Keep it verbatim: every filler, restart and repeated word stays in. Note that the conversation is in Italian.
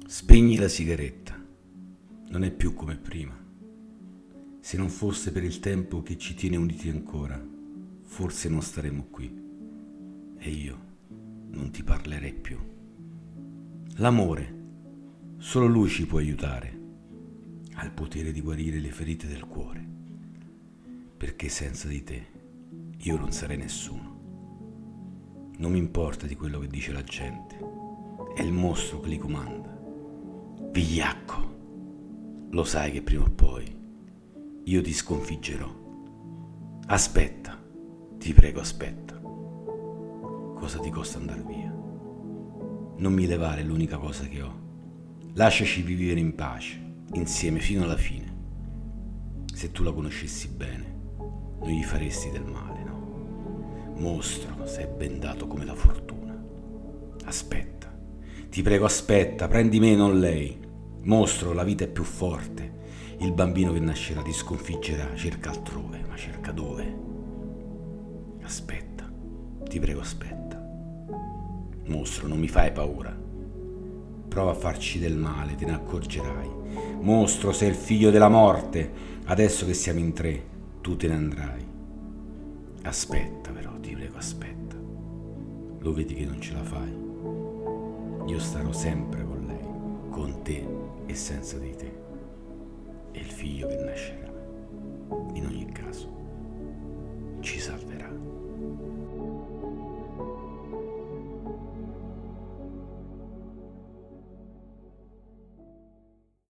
Spegni la sigaretta. Non è più come prima. Se non fosse per il tempo che ci tiene uniti ancora, forse non staremmo qui. E io non ti parlerei più. L'amore, solo lui ci può aiutare. Ha il potere di guarire le ferite del cuore. Perché senza di te io non sarei nessuno. Non mi importa di quello che dice la gente. È il mostro che li comanda. Vigliacco, lo sai che prima o poi io ti sconfiggerò. Aspetta, ti prego, aspetta. Cosa ti costa andar via? Non mi levare l'unica cosa che ho. Lasciaci vivere in pace, insieme fino alla fine. Se tu la conoscessi bene, non gli faresti del male, no? Mostro, sei bendato come la fortuna. Aspetta. Ti prego, aspetta, prendi me e non lei. Mostro, la vita è più forte. Il bambino che nascerà ti sconfiggerà. Cerca altrove, ma cerca dove? Aspetta, ti prego, aspetta. Mostro, non mi fai paura. Prova a farci del male, te ne accorgerai. Mostro, sei il figlio della morte. Adesso che siamo in tre, tu te ne andrai. Aspetta però, ti prego, aspetta. Lo vedi che non ce la fai? Io starò sempre con lei, con te e senza di te, e il figlio che nascerà.